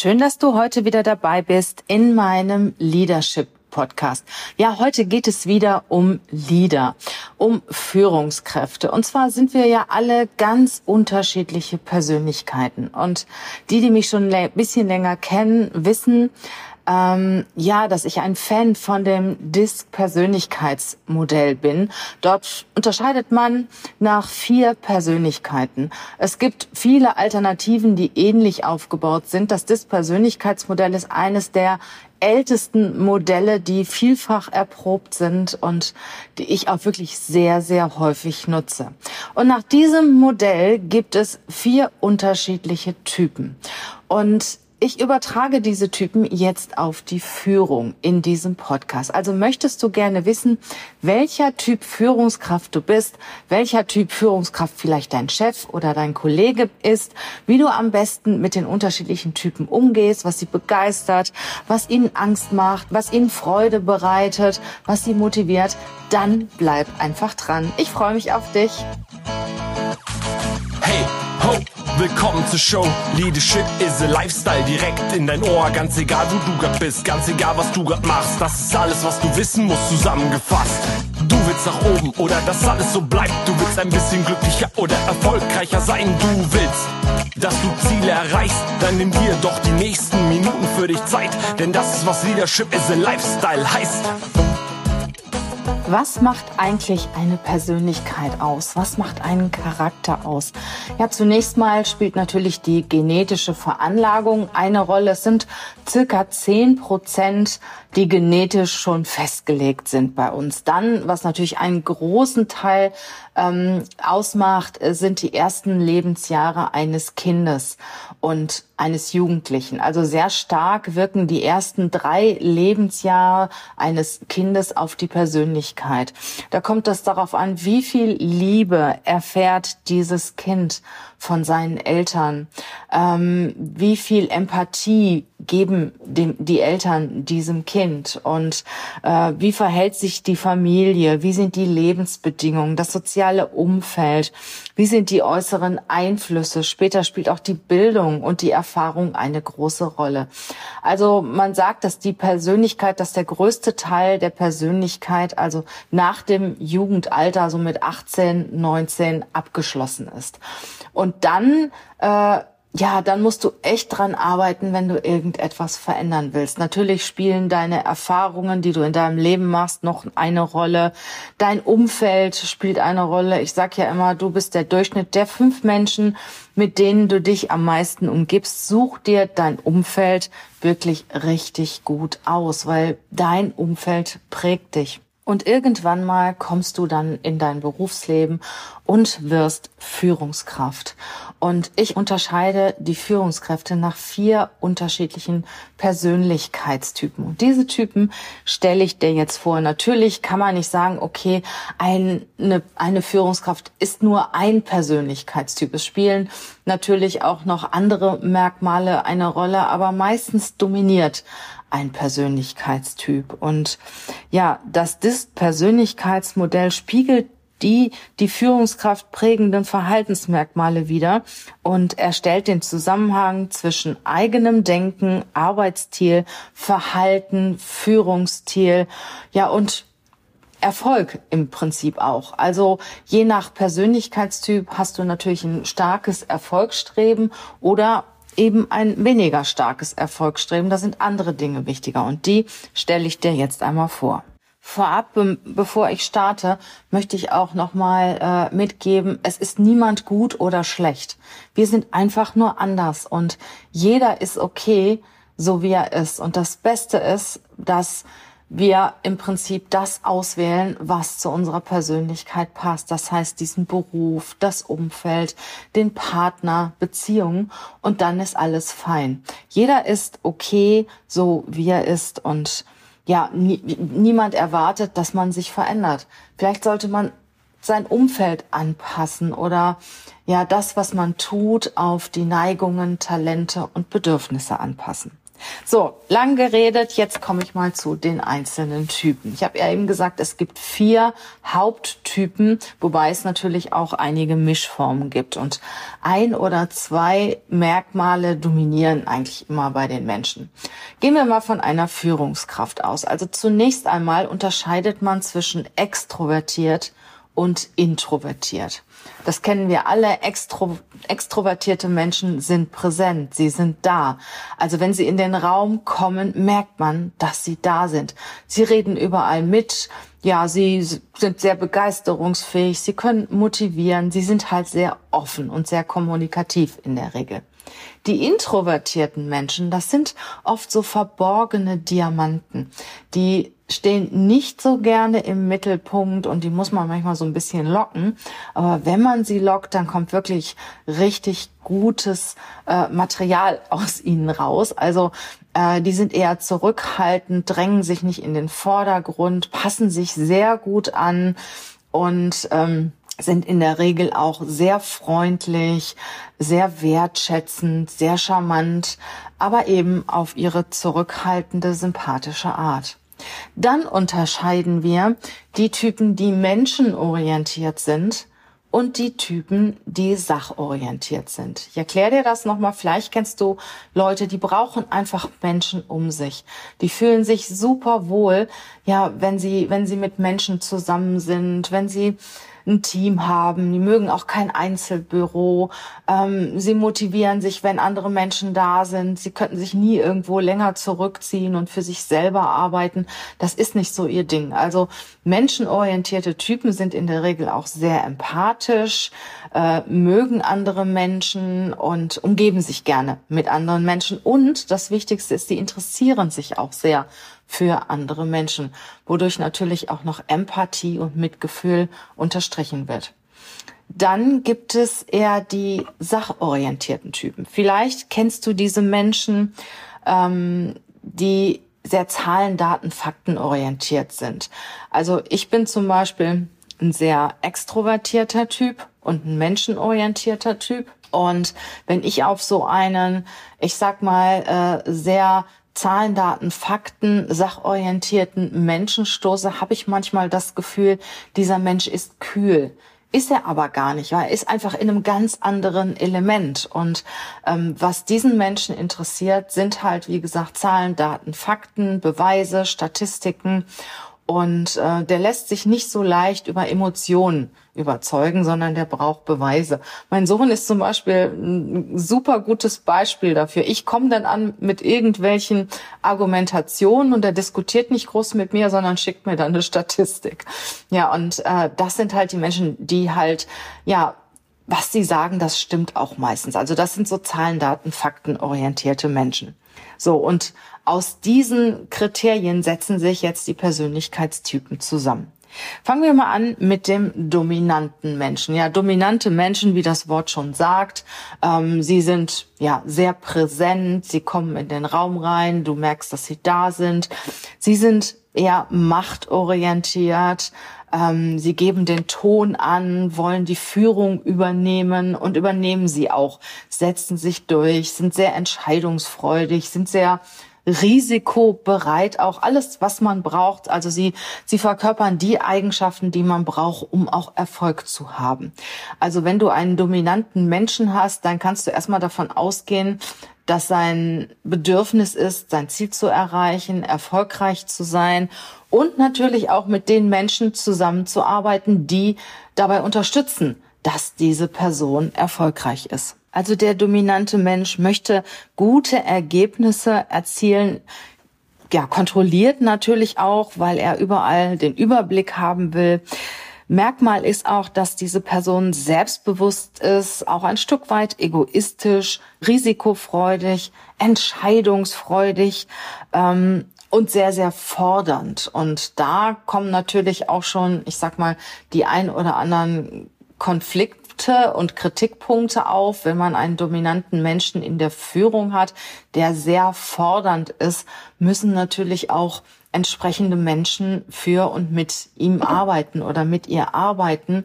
Schön, dass du heute wieder dabei bist in meinem Leadership-Podcast. Ja, heute geht es wieder um Leader, um Führungskräfte. Und zwar sind wir ja alle ganz unterschiedliche Persönlichkeiten. Und die mich schon ein bisschen länger kennen, wissen, dass ich ein Fan von dem DISC-Persönlichkeitsmodell bin. Dort unterscheidet man nach 4 Persönlichkeiten. Es gibt viele Alternativen, die ähnlich aufgebaut sind. Das DISC-Persönlichkeitsmodell ist eines der ältesten Modelle, die vielfach erprobt sind und die ich auch wirklich sehr, sehr häufig nutze. Und nach diesem Modell gibt es 4 unterschiedliche Typen. Und ich übertrage diese Typen jetzt auf die Führung in diesem Podcast. Also möchtest du gerne wissen, welcher Typ Führungskraft du bist, welcher Typ Führungskraft vielleicht dein Chef oder dein Kollege ist, wie du am besten mit den unterschiedlichen Typen umgehst, was sie begeistert, was ihnen Angst macht, was ihnen Freude bereitet, was sie motiviert, dann bleib einfach dran. Ich freue mich auf dich. Hey, ho! Willkommen zur Show. Leadership is a Lifestyle, direkt in dein Ohr. Ganz egal, wo du grad bist, ganz egal, was du grad machst. Das ist alles, was du wissen musst, zusammengefasst. Du willst nach oben oder dass alles so bleibt. Du willst ein bisschen glücklicher oder erfolgreicher sein. Du willst, dass du Ziele erreichst. Dann nimm dir doch die nächsten Minuten für dich Zeit. Denn das ist, was Leadership is a Lifestyle heißt. Was macht eigentlich eine Persönlichkeit aus? Was macht einen Charakter aus? Ja, zunächst mal spielt natürlich die genetische Veranlagung eine Rolle. Es sind circa 10%, die genetisch schon festgelegt sind bei uns. Dann, was natürlich einen großen Teil ausmacht, sind die ersten Lebensjahre eines Kindes und eines Jugendlichen. Also sehr stark wirken die ersten 3 Lebensjahre eines Kindes auf die Persönlichkeit. Da kommt es darauf an, wie viel Liebe erfährt dieses Kind von seinen Eltern, wie viel Empathie geben die Eltern diesem Kind und wie verhält sich die Familie, wie sind die Lebensbedingungen, das soziale Umfeld, wie sind die äußeren Einflüsse. Später spielt auch die Bildung und die Erfahrung eine große Rolle. Also man sagt, dass die Persönlichkeit, dass der größte Teil der Persönlichkeit, also nach dem Jugendalter, so mit 18, 19 abgeschlossen ist. Und dann dann musst du echt dran arbeiten, wenn du irgendetwas verändern willst. Natürlich spielen deine Erfahrungen, die du in deinem Leben machst, noch eine Rolle. Dein Umfeld spielt eine Rolle. Ich sag ja immer, du bist der Durchschnitt der 5 Menschen, mit denen du dich am meisten umgibst. Such dir dein Umfeld wirklich richtig gut aus, weil dein Umfeld prägt dich. Und irgendwann mal kommst du dann in dein Berufsleben und wirst Führungskraft. Und ich unterscheide die Führungskräfte nach 4 unterschiedlichen Persönlichkeitstypen. Und diese Typen stelle ich dir jetzt vor. Natürlich kann man nicht sagen, okay, eine Führungskraft ist nur ein Persönlichkeitstyp. Es spielen natürlich auch noch andere Merkmale eine Rolle, aber meistens dominiert ein Persönlichkeitstyp. Und ja, das DISC-Persönlichkeitsmodell spiegelt die Führungskraft prägenden Verhaltensmerkmale wider und erstellt den Zusammenhang zwischen eigenem Denken, Arbeitsstil, Verhalten, Führungsstil, und Erfolg im Prinzip auch. Also je nach Persönlichkeitstyp hast du natürlich ein starkes Erfolgsstreben oder eben ein weniger starkes Erfolgsstreben. Da sind andere Dinge wichtiger und die stelle ich dir jetzt einmal vor. Vorab, bevor ich starte, möchte ich auch nochmal mitgeben, es ist niemand gut oder schlecht. Wir sind einfach nur anders und jeder ist okay, so wie er ist. Und das Beste ist, dass wir im Prinzip das auswählen, was zu unserer Persönlichkeit passt. Das heißt, diesen Beruf, das Umfeld, den Partner, Beziehungen und dann ist alles fein. Jeder ist okay, so wie er ist und niemand erwartet, dass man sich verändert. Vielleicht sollte man sein Umfeld anpassen oder das, was man tut, auf die Neigungen, Talente und Bedürfnisse anpassen. So, lang geredet, jetzt komme ich mal zu den einzelnen Typen. Ich habe ja eben gesagt, es gibt 4 Haupttypen, wobei es natürlich auch einige Mischformen gibt. Und 1 oder 2 Merkmale dominieren eigentlich immer bei den Menschen. Gehen wir mal von einer Führungskraft aus. Also zunächst einmal unterscheidet man zwischen extrovertiert und introvertiert. Das kennen wir alle. Extrovertierte Menschen sind präsent, sie sind da. Also wenn sie in den Raum kommen, merkt man, dass sie da sind. Sie reden überall mit. Ja, sie sind sehr begeisterungsfähig, sie können motivieren, sie sind halt sehr offen und sehr kommunikativ in der Regel. Die introvertierten Menschen, das sind oft so verborgene Diamanten. Die stehen nicht so gerne im Mittelpunkt und die muss man manchmal so ein bisschen locken. Aber wenn man sie lockt, dann kommt wirklich richtig gutes Material aus ihnen raus. Also die sind eher zurückhaltend, drängen sich nicht in den Vordergrund, passen sich sehr gut an und sind in der Regel auch sehr freundlich, sehr wertschätzend, sehr charmant, aber eben auf ihre zurückhaltende, sympathische Art. Dann unterscheiden wir die Typen, die menschenorientiert sind und die Typen, die sachorientiert sind. Ich erkläre dir das nochmal. Vielleicht kennst du Leute, die brauchen einfach Menschen um sich. Die fühlen sich super wohl, ja, wenn sie mit Menschen zusammen sind, wenn sie ein Team haben, die mögen auch kein Einzelbüro, sie motivieren sich, wenn andere Menschen da sind, sie könnten sich nie irgendwo länger zurückziehen und für sich selber arbeiten, das ist nicht so ihr Ding. Also menschenorientierte Typen sind in der Regel auch sehr empathisch, mögen andere Menschen und umgeben sich gerne mit anderen Menschen und das Wichtigste ist, sie interessieren sich auch sehr für andere Menschen, wodurch natürlich auch noch Empathie und Mitgefühl unterstrichen wird. Dann gibt es eher die sachorientierten Typen. Vielleicht kennst du diese Menschen, die sehr Zahlen, Daten, Fakten orientiert sind. Also ich bin zum Beispiel ein sehr extrovertierter Typ und ein menschenorientierter Typ. Und wenn ich auf so einen, ich sag mal, sehr Zahlen, Daten, Fakten, sachorientierten Menschen stoße, habe ich manchmal das Gefühl, dieser Mensch ist kühl. Ist er aber gar nicht, weil er ist einfach in einem ganz anderen Element. Und was diesen Menschen interessiert, sind halt, wie gesagt, Zahlen, Daten, Fakten, Beweise, Statistiken. Und der lässt sich nicht so leicht über Emotionen überzeugen, sondern der braucht Beweise. Mein Sohn ist zum Beispiel ein super gutes Beispiel dafür. Ich komme dann an mit irgendwelchen Argumentationen und er diskutiert nicht groß mit mir, sondern schickt mir dann eine Statistik. Ja, und das sind halt die Menschen, die halt, ja, was sie sagen, das stimmt auch meistens. Also das sind so Zahlen, Daten, Fakten orientierte Menschen. So, und aus diesen Kriterien setzen sich jetzt die Persönlichkeitstypen zusammen. Fangen wir mal an mit dem dominanten Menschen. Ja, dominante Menschen, wie das Wort schon sagt, sie sind ja sehr präsent, sie kommen in den Raum rein, du merkst, dass sie da sind. Sie sind eher machtorientiert, sie geben den Ton an, wollen die Führung übernehmen und übernehmen sie auch, setzen sich durch, sind sehr entscheidungsfreudig, sind sehr risikobereit, auch alles, was man braucht. Also sie verkörpern die Eigenschaften, die man braucht, um auch Erfolg zu haben. Also wenn du einen dominanten Menschen hast, dann kannst du erstmal davon ausgehen, dass sein Bedürfnis ist, sein Ziel zu erreichen, erfolgreich zu sein und natürlich auch mit den Menschen zusammenzuarbeiten, die dabei unterstützen, dass diese Person erfolgreich ist. Also der dominante Mensch möchte gute Ergebnisse erzielen, ja, kontrolliert natürlich auch, weil er überall den Überblick haben will. Merkmal ist auch, dass diese Person selbstbewusst ist, auch ein Stück weit egoistisch, risikofreudig, entscheidungsfreudig und sehr, sehr fordernd. Und da kommen natürlich auch schon, ich sag mal, die ein oder anderen Konflikte und Kritikpunkte auf, wenn man einen dominanten Menschen in der Führung hat, der sehr fordernd ist, müssen natürlich auch entsprechende Menschen für und mit ihm arbeiten oder mit ihr arbeiten.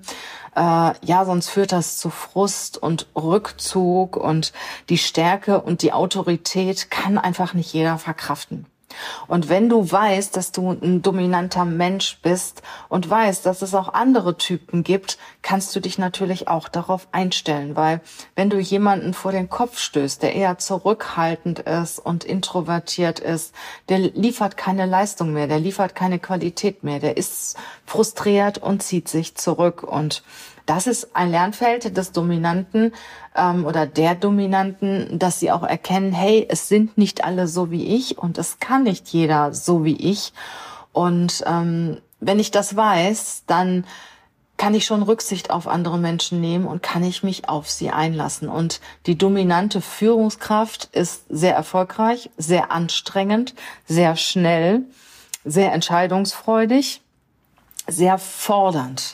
Sonst führt das zu Frust und Rückzug, und die Stärke und die Autorität kann einfach nicht jeder verkraften. Und wenn du weißt, dass du ein dominanter Mensch bist und weißt, dass es auch andere Typen gibt, kannst du dich natürlich auch darauf einstellen, weil wenn du jemanden vor den Kopf stößt, der eher zurückhaltend ist und introvertiert ist, der liefert keine Leistung mehr, der liefert keine Qualität mehr, der ist frustriert und zieht sich zurück. Und das ist ein Lernfeld des Dominanten oder der Dominanten, dass sie auch erkennen, hey, es sind nicht alle so wie ich und es kann nicht jeder so wie ich. Und wenn ich das weiß, dann kann ich schon Rücksicht auf andere Menschen nehmen und kann ich mich auf sie einlassen. Und die dominante Führungskraft ist sehr erfolgreich, sehr anstrengend, sehr schnell, sehr entscheidungsfreudig, sehr fordernd.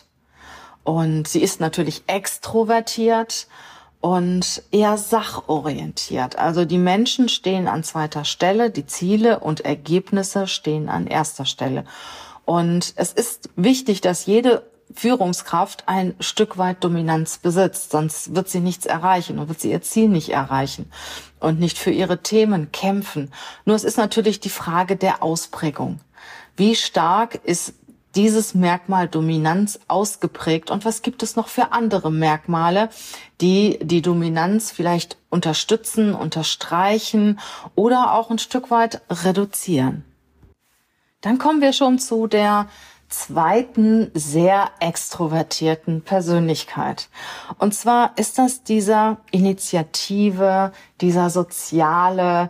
Und sie ist natürlich extrovertiert und eher sachorientiert. Also die Menschen stehen an zweiter Stelle, die Ziele und Ergebnisse stehen an erster Stelle. Und es ist wichtig, dass jede Führungskraft ein Stück weit Dominanz besitzt, sonst wird sie nichts erreichen und wird sie ihr Ziel nicht erreichen und nicht für ihre Themen kämpfen. Nur es ist natürlich die Frage der Ausprägung. Wie stark ist dieses Merkmal Dominanz ausgeprägt und was gibt es noch für andere Merkmale, die die Dominanz vielleicht unterstützen, unterstreichen oder auch ein Stück weit reduzieren? Dann kommen wir schon zu der zweiten sehr extrovertierten Persönlichkeit. Und zwar ist das dieser Initiative, dieser soziale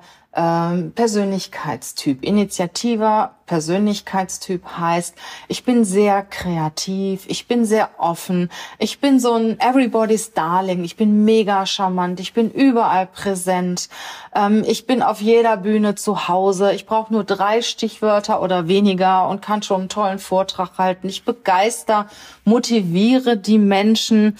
Persönlichkeitstyp. Initiativer Persönlichkeitstyp heißt, ich bin sehr kreativ, ich bin sehr offen, ich bin so ein Everybody's Darling, ich bin mega charmant, ich bin überall präsent, ich bin auf jeder Bühne zu Hause, ich brauche nur 3 Stichwörter oder weniger und kann schon einen tollen Vortrag halten. Ich begeister, motiviere die Menschen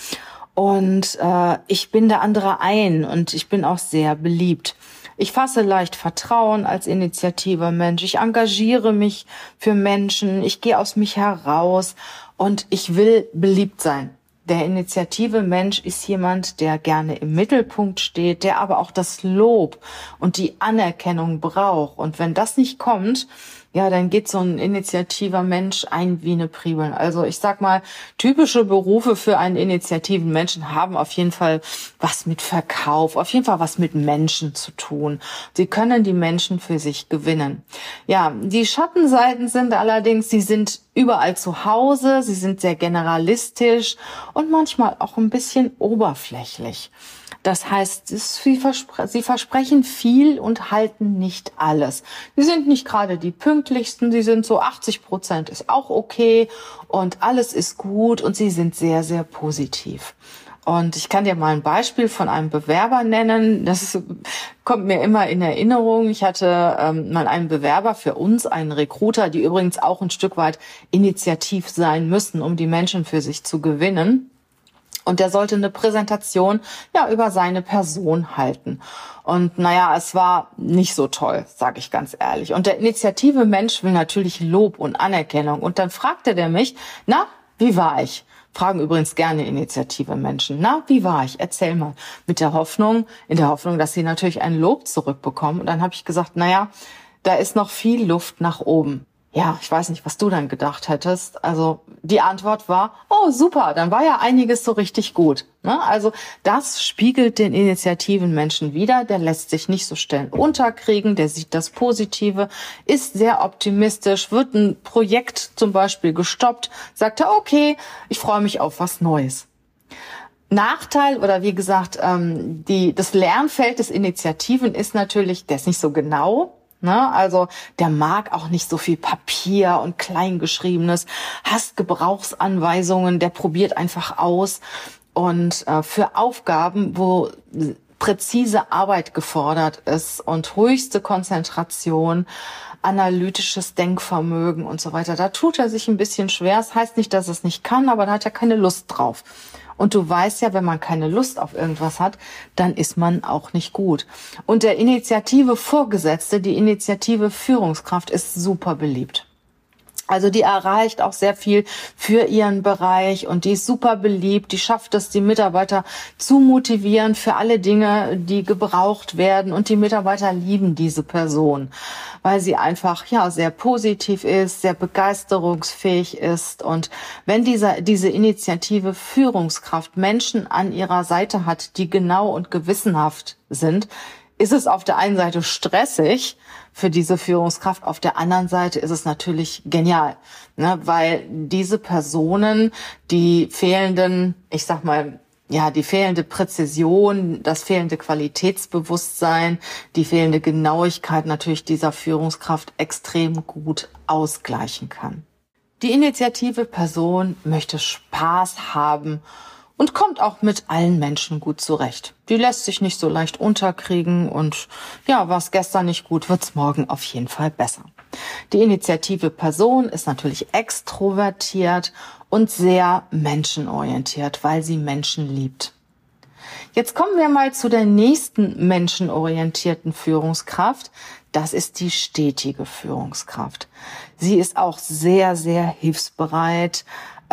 und ich binde andere ein und ich bin auch sehr beliebt. Ich fasse leicht Vertrauen als initiativer Mensch. Ich engagiere mich für Menschen. Ich gehe aus mich heraus und ich will beliebt sein. Der initiative Mensch ist jemand, der gerne im Mittelpunkt steht, der aber auch das Lob und die Anerkennung braucht. Und wenn das nicht kommt, ja, dann geht so ein initiativer Mensch ein wie eine Priebeln. Also ich sag mal, typische Berufe für einen initiativen Menschen haben auf jeden Fall was mit Verkauf, auf jeden Fall was mit Menschen zu tun. Sie können die Menschen für sich gewinnen. Ja, die Schattenseiten sind allerdings, sie sind überall zu Hause, sie sind sehr generalistisch und manchmal auch ein bisschen oberflächlich. Das heißt, sie versprechen viel und halten nicht alles. Sie sind nicht gerade die pünktlichsten, sie sind so 80% ist auch okay und alles ist gut und sie sind sehr, sehr positiv. Und ich kann dir mal ein Beispiel von einem Bewerber nennen. Das kommt mir immer in Erinnerung. Ich hatte mal einen Bewerber für uns, einen Recruiter, die übrigens auch ein Stück weit initiativ sein müssen, um die Menschen für sich zu gewinnen. Und der sollte eine Präsentation über seine Person halten. Und es war nicht so toll, sage ich ganz ehrlich. Und der initiative Mensch will natürlich Lob und Anerkennung. Und dann fragte der mich, wie war ich? Fragen übrigens gerne initiative Menschen. Wie war ich? Erzähl mal. In der Hoffnung, dass sie natürlich ein Lob zurückbekommen. Und dann habe ich gesagt, da ist noch viel Luft nach oben. Ja, ich weiß nicht, was du dann gedacht hättest. Also die Antwort war, oh super, dann war ja einiges so richtig gut. Also das spiegelt den initiativen Menschen wider. Der lässt sich nicht so schnell unterkriegen, der sieht das Positive, ist sehr optimistisch, wird ein Projekt zum Beispiel gestoppt, sagt er, okay, ich freue mich auf was Neues. Nachteil oder wie gesagt, das Lernfeld des Initiativen ist natürlich, der ist nicht so genau. Also der mag auch nicht so viel Papier und Kleingeschriebenes, hasst Gebrauchsanweisungen, der probiert einfach aus. Und für Aufgaben, wo präzise Arbeit gefordert ist und höchste Konzentration, analytisches Denkvermögen und so weiter, da tut er sich ein bisschen schwer. Das heißt nicht, dass er es nicht kann, aber da hat er keine Lust drauf. Und du weißt ja, wenn man keine Lust auf irgendwas hat, dann ist man auch nicht gut. Und der Initiative Vorgesetzte, die Initiative Führungskraft ist super beliebt. Also die erreicht auch sehr viel für ihren Bereich und die ist super beliebt. Die schafft es, die Mitarbeiter zu motivieren für alle Dinge, die gebraucht werden. Und die Mitarbeiter lieben diese Person, weil sie einfach sehr positiv ist, sehr begeisterungsfähig ist. Und wenn diese Initiative Führungskraft Menschen an ihrer Seite hat, die genau und gewissenhaft sind, ist es auf der einen Seite stressig für diese Führungskraft, auf der anderen Seite ist es natürlich genial, ne? Weil diese Personen die fehlende Präzision, das fehlende Qualitätsbewusstsein, die fehlende Genauigkeit natürlich dieser Führungskraft extrem gut ausgleichen kann. Die Initiative Person möchte Spaß haben und kommt auch mit allen Menschen gut zurecht. Die lässt sich nicht so leicht unterkriegen und war's gestern nicht gut, wird's morgen auf jeden Fall besser. Die Initiative Person ist natürlich extrovertiert und sehr menschenorientiert, weil sie Menschen liebt. Jetzt kommen wir mal zu der nächsten menschenorientierten Führungskraft. Das ist die stetige Führungskraft. Sie ist auch sehr, sehr hilfsbereit.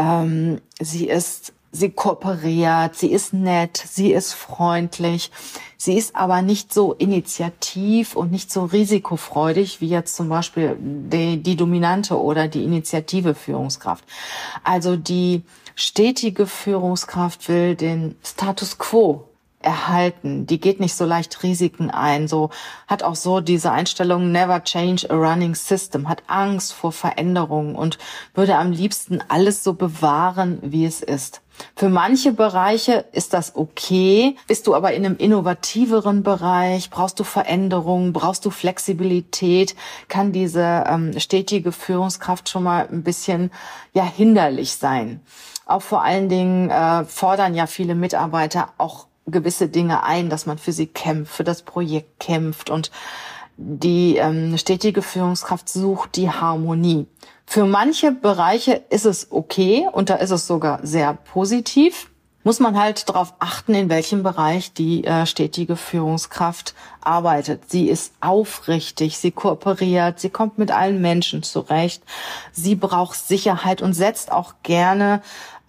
Sie kooperiert, sie ist nett, sie ist freundlich. Sie ist aber nicht so initiativ und nicht so risikofreudig wie jetzt zum Beispiel die dominante oder die initiative Führungskraft. Also die stetige Führungskraft will den Status quo erhalten. Die geht nicht so leicht Risiken ein, hat auch so diese Einstellung never change a running system, hat Angst vor Veränderungen und würde am liebsten alles so bewahren, wie es ist. Für manche Bereiche ist das okay. Bist du aber in einem innovativeren Bereich, brauchst du Veränderungen, brauchst du Flexibilität, kann diese stetige Führungskraft schon mal ein bisschen hinderlich sein. Auch vor allen Dingen fordern ja viele Mitarbeiter auch gewisse Dinge ein, dass man für sie kämpft, für das Projekt kämpft und die stetige Führungskraft sucht die Harmonie. Für manche Bereiche ist es okay und da ist es sogar sehr positiv. Muss man halt darauf achten, in welchem Bereich die stetige Führungskraft arbeitet. Sie ist aufrichtig, sie kooperiert, sie kommt mit allen Menschen zurecht. Sie braucht Sicherheit und setzt auch gerne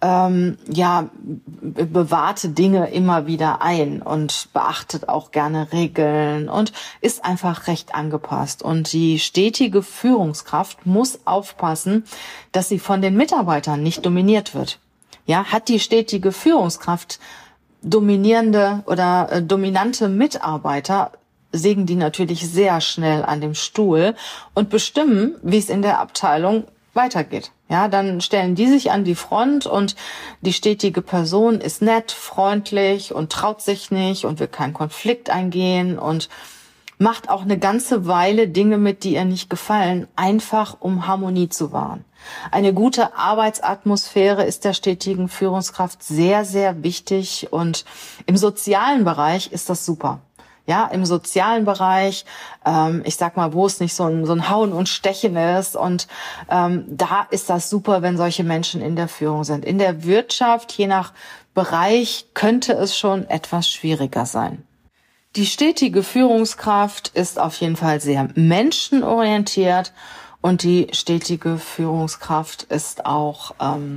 bewahrte Dinge immer wieder ein und beachtet auch gerne Regeln und ist einfach recht angepasst. Und die stetige Führungskraft muss aufpassen, dass sie von den Mitarbeitern nicht dominiert wird. Hat die stetige Führungskraft dominierende oder dominante Mitarbeiter, sägen die natürlich sehr schnell an dem Stuhl und bestimmen, wie es in der Abteilung weitergeht. Dann stellen die sich an die Front und die stetige Person ist nett, freundlich und traut sich nicht und will keinen Konflikt eingehen und macht auch eine ganze Weile Dinge mit, die ihr nicht gefallen, einfach um Harmonie zu wahren. Eine gute Arbeitsatmosphäre ist der stetigen Führungskraft sehr, sehr wichtig und im sozialen Bereich ist das super. Im sozialen Bereich, wo es nicht so ein Hauen und Stechen ist und da ist das super, wenn solche Menschen in der Führung sind. In der Wirtschaft, je nach Bereich, könnte es schon etwas schwieriger sein. Die stetige Führungskraft ist auf jeden Fall sehr menschenorientiert und die stetige Führungskraft ist auch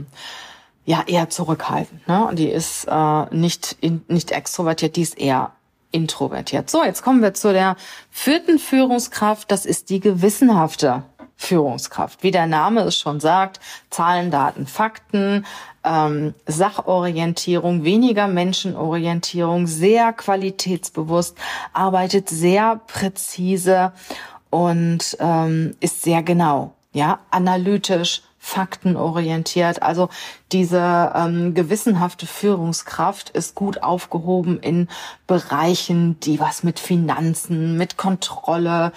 eher zurückhaltend. Ne? Die ist nicht extrovertiert, die ist eher introvertiert. So, jetzt kommen wir zu der 4. Führungskraft. Das ist die gewissenhafte Führungskraft. Wie der Name es schon sagt, Zahlen, Daten, Fakten, Sachorientierung, weniger Menschenorientierung, sehr qualitätsbewusst, arbeitet sehr präzise und ist sehr genau, analytisch, faktenorientiert. Also diese gewissenhafte Führungskraft ist gut aufgehoben in Bereichen, die was mit Finanzen, mit Kontrolle,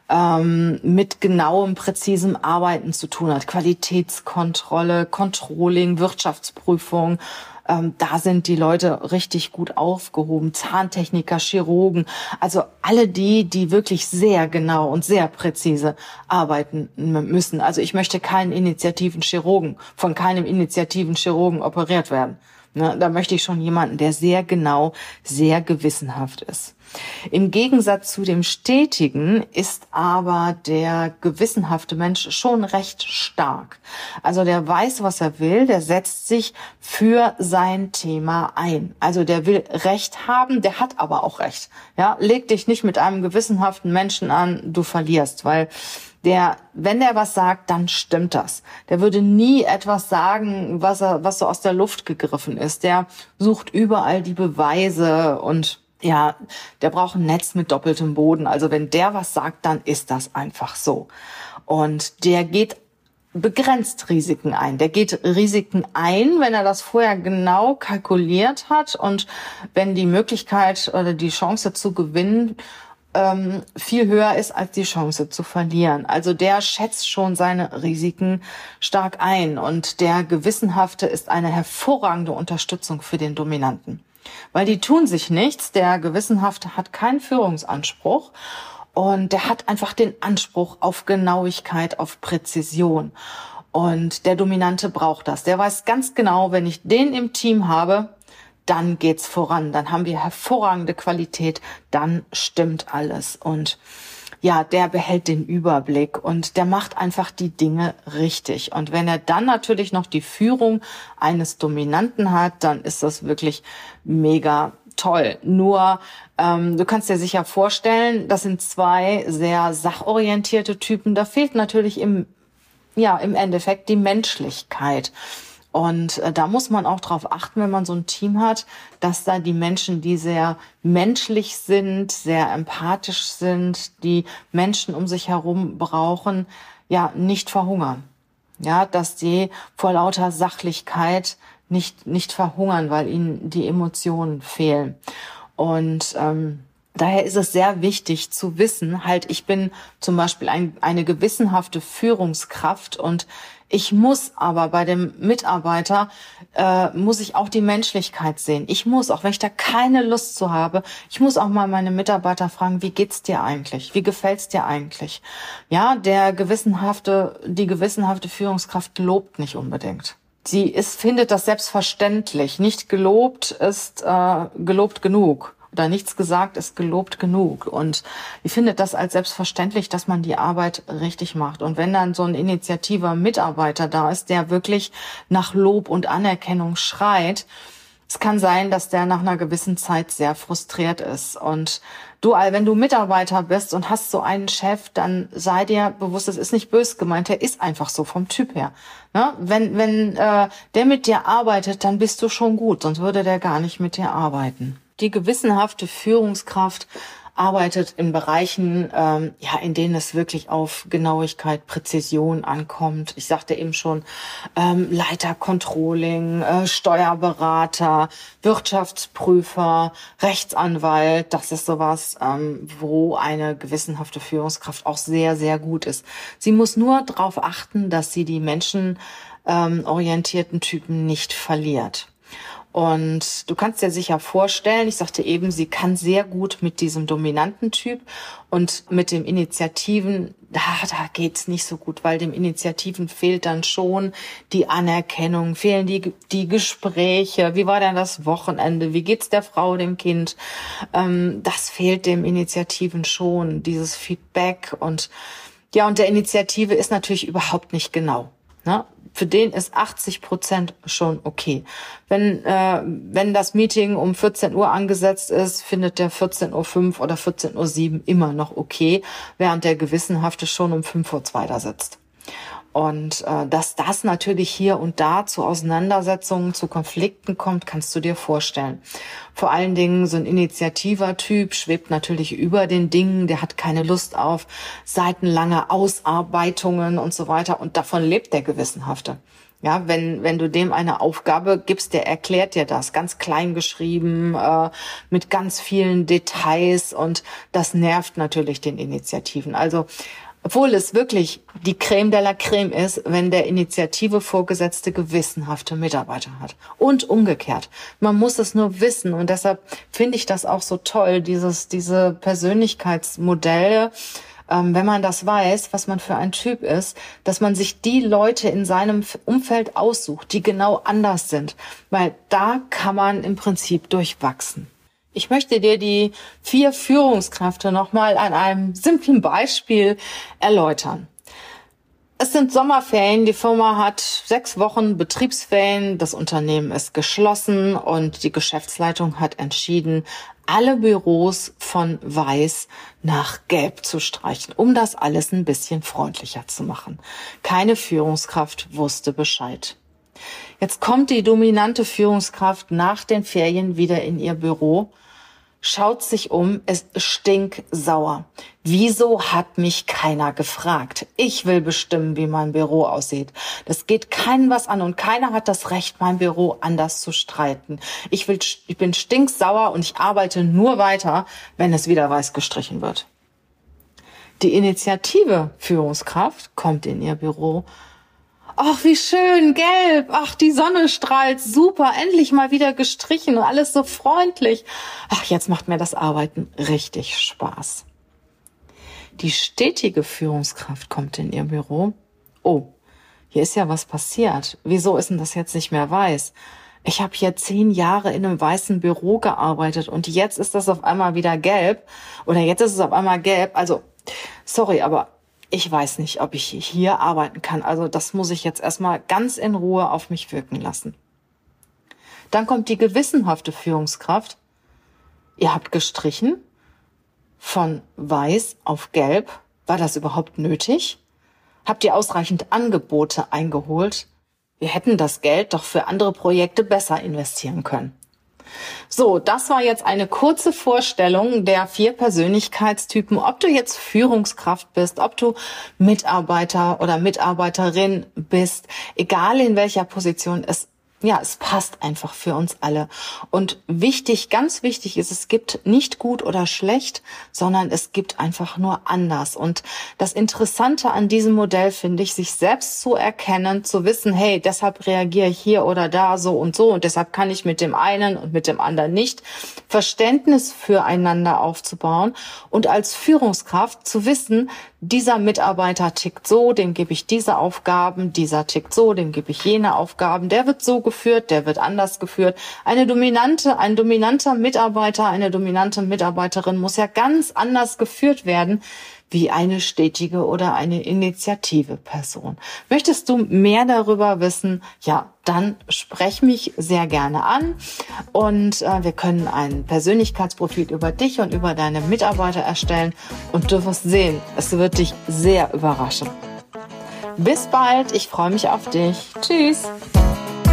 mit genauem, präzisem Arbeiten zu tun hat. Qualitätskontrolle, Controlling, Wirtschaftsprüfung. Da sind die Leute richtig gut aufgehoben. Zahntechniker, Chirurgen, also alle die wirklich sehr genau und sehr präzise arbeiten müssen. Also ich möchte von keinem initiativen Chirurgen operiert werden. Ne, da möchte ich schon jemanden, der sehr genau, sehr gewissenhaft ist. Im Gegensatz zu dem Stetigen ist aber der gewissenhafte Mensch schon recht stark. Also der weiß, was er will, der setzt sich für sein Thema ein. Also der will Recht haben, der hat aber auch Recht. Ja, leg dich nicht mit einem gewissenhaften Menschen an, du verlierst, weil wenn der was sagt, dann stimmt das. Der würde nie etwas sagen, was so aus der Luft gegriffen ist. Der sucht überall die Beweise und ja, der braucht ein Netz mit doppeltem Boden. Also wenn der was sagt, dann ist das einfach so. Und der geht begrenzt Risiken ein. Der geht Risiken ein, wenn er das vorher genau kalkuliert hat und wenn die Möglichkeit oder die Chance zu gewinnen viel höher ist als die Chance zu verlieren. Also der schätzt schon seine Risiken stark ein und der Gewissenhafte ist eine hervorragende Unterstützung für den Dominanten. Weil die tun sich nichts, der Gewissenhafte hat keinen Führungsanspruch und der hat einfach den Anspruch auf Genauigkeit, auf Präzision. Und der Dominante braucht das. Der weiß ganz genau, wenn ich den im Team habe, dann geht's voran, dann haben wir hervorragende Qualität, dann stimmt alles. Und ja, der behält den Überblick und der macht einfach die Dinge richtig. Und wenn er dann natürlich noch die Führung eines Dominanten hat, dann ist das wirklich mega toll. Nur, du kannst dir sicher vorstellen, das sind zwei sehr sachorientierte Typen. Da fehlt natürlich im Endeffekt die Menschlichkeit. Und da muss man auch drauf achten, wenn man so ein Team hat, dass da die Menschen, die sehr menschlich sind, sehr empathisch sind, die Menschen um sich herum brauchen, ja, nicht verhungern. Ja, dass die vor lauter Sachlichkeit nicht verhungern, weil ihnen die Emotionen fehlen. Und daher ist es sehr wichtig zu wissen, halt, ich bin zum Beispiel eine gewissenhafte Führungskraft und ich muss aber bei dem Mitarbeiter, muss ich auch die Menschlichkeit sehen. Ich muss, auch wenn ich da keine Lust zu habe, ich muss auch mal meine Mitarbeiter fragen, wie geht's dir eigentlich? Wie gefällt's dir eigentlich? Ja, die gewissenhafte Führungskraft lobt nicht unbedingt. Findet das selbstverständlich. Nicht gelobt ist gelobt genug. Oder nichts gesagt ist gelobt genug. Und ich finde das als selbstverständlich, dass man die Arbeit richtig macht. Und wenn dann so ein initiativer Mitarbeiter da ist, der wirklich nach Lob und Anerkennung schreit, es kann sein, dass der nach einer gewissen Zeit sehr frustriert ist. Und wenn du Mitarbeiter bist und hast so einen Chef, dann sei dir bewusst, es ist nicht böse gemeint, der ist einfach so vom Typ her. Ne? Wenn der mit dir arbeitet, dann bist du schon gut, sonst würde der gar nicht mit dir arbeiten. Die gewissenhafte Führungskraft arbeitet in Bereichen, in denen es wirklich auf Genauigkeit, Präzision ankommt. Ich sagte eben schon, Leiter Controlling, Steuerberater, Wirtschaftsprüfer, Rechtsanwalt. Das ist sowas, wo eine gewissenhafte Führungskraft auch sehr, sehr gut ist. Sie muss nur darauf achten, dass sie die menschenorientierten Typen nicht verliert. Und du kannst dir sicher vorstellen, ich sagte eben, sie kann sehr gut mit diesem dominanten Typ und mit dem Initiativen, da geht's nicht so gut, weil dem Initiativen fehlt dann schon die Anerkennung, fehlen die Gespräche, wie war denn das Wochenende, wie geht's der Frau, dem Kind, das fehlt dem Initiativen schon, dieses Feedback und der Initiative ist natürlich überhaupt nicht genau. Ne? Für den ist 80% schon okay. Wenn das Meeting um 14 Uhr angesetzt ist, findet der 14:05 oder 14:07 immer noch okay, während der Gewissenhafte schon um 5:02 da sitzt. Und dass das natürlich hier und da zu Auseinandersetzungen, zu Konflikten kommt, kannst du dir vorstellen. Vor allen Dingen so ein initiativer Typ schwebt natürlich über den Dingen, der hat keine Lust auf seitenlange Ausarbeitungen und so weiter. Und davon lebt der Gewissenhafte. Ja, wenn du dem eine Aufgabe gibst, der erklärt dir das, ganz klein geschrieben, mit ganz vielen Details und das nervt natürlich den Initiativen. Also obwohl es wirklich die Creme de la Creme ist, wenn der Initiative vorgesetzte gewissenhafte Mitarbeiter hat. Und umgekehrt. Man muss es nur wissen und deshalb finde ich das auch so toll, diese Persönlichkeitsmodelle wenn man das weiß, was man für ein Typ ist, dass man sich die Leute in seinem Umfeld aussucht, die genau anders sind. Weil da kann man im Prinzip durchwachsen. Ich möchte dir die 4 Führungskräfte nochmal an einem simplen Beispiel erläutern. Es sind Sommerferien, die Firma hat 6 Wochen Betriebsferien, das Unternehmen ist geschlossen und die Geschäftsleitung hat entschieden, alle Büros von Weiß nach Gelb zu streichen, um das alles ein bisschen freundlicher zu machen. Keine Führungskraft wusste Bescheid. Jetzt kommt die dominante Führungskraft nach den Ferien wieder in ihr Büro, schaut sich um, ist stinksauer. Wieso hat mich keiner gefragt? Ich will bestimmen, wie mein Büro aussieht. Das geht keinem was an und keiner hat das Recht, mein Büro anders zu streiten. Ich bin stinksauer und ich arbeite nur weiter, wenn es wieder weiß gestrichen wird. Die Initiative Führungskraft kommt in ihr Büro. Ach, wie schön, gelb. Ach, die Sonne strahlt, super. Endlich mal wieder gestrichen und alles so freundlich. Ach, jetzt macht mir das Arbeiten richtig Spaß. Die stetige Führungskraft kommt in ihr Büro. Oh, hier ist ja was passiert. Wieso ist denn das jetzt nicht mehr weiß? Ich habe hier 10 Jahre in einem weißen Büro gearbeitet und jetzt ist das auf einmal wieder gelb. Oder jetzt ist es auf einmal gelb. Also, sorry, aber ich weiß nicht, ob ich hier arbeiten kann. Also das muss ich jetzt erstmal ganz in Ruhe auf mich wirken lassen. Dann kommt die gewissenhafte Führungskraft. Ihr habt gestrichen von weiß auf gelb. War das überhaupt nötig? Habt ihr ausreichend Angebote eingeholt? Wir hätten das Geld doch für andere Projekte besser investieren können. So, das war jetzt eine kurze Vorstellung der 4 Persönlichkeitstypen. Ob du jetzt Führungskraft bist, ob du Mitarbeiter oder Mitarbeiterin bist, egal in welcher Position, es passt einfach für uns alle. Und wichtig, ganz wichtig ist, es gibt nicht gut oder schlecht, sondern es gibt einfach nur anders. Und das Interessante an diesem Modell finde ich, sich selbst zu erkennen, zu wissen, hey, deshalb reagiere ich hier oder da so und deshalb kann ich mit dem einen und mit dem anderen nicht. Verständnis füreinander aufzubauen und als Führungskraft zu wissen, dieser Mitarbeiter tickt so, dem gebe ich diese Aufgaben, dieser tickt so, dem gebe ich jene Aufgaben, der wird so geführt, der wird anders geführt. Ein dominanter Mitarbeiter, eine dominante Mitarbeiterin muss ja ganz anders geführt werden wie eine stetige oder eine initiative Person. Möchtest du mehr darüber wissen? Ja, dann sprech mich sehr gerne an und wir können ein Persönlichkeitsprofil über dich und über deine Mitarbeiter erstellen und du wirst sehen, es wird dich sehr überraschen. Bis bald, ich freue mich auf dich. Tschüss.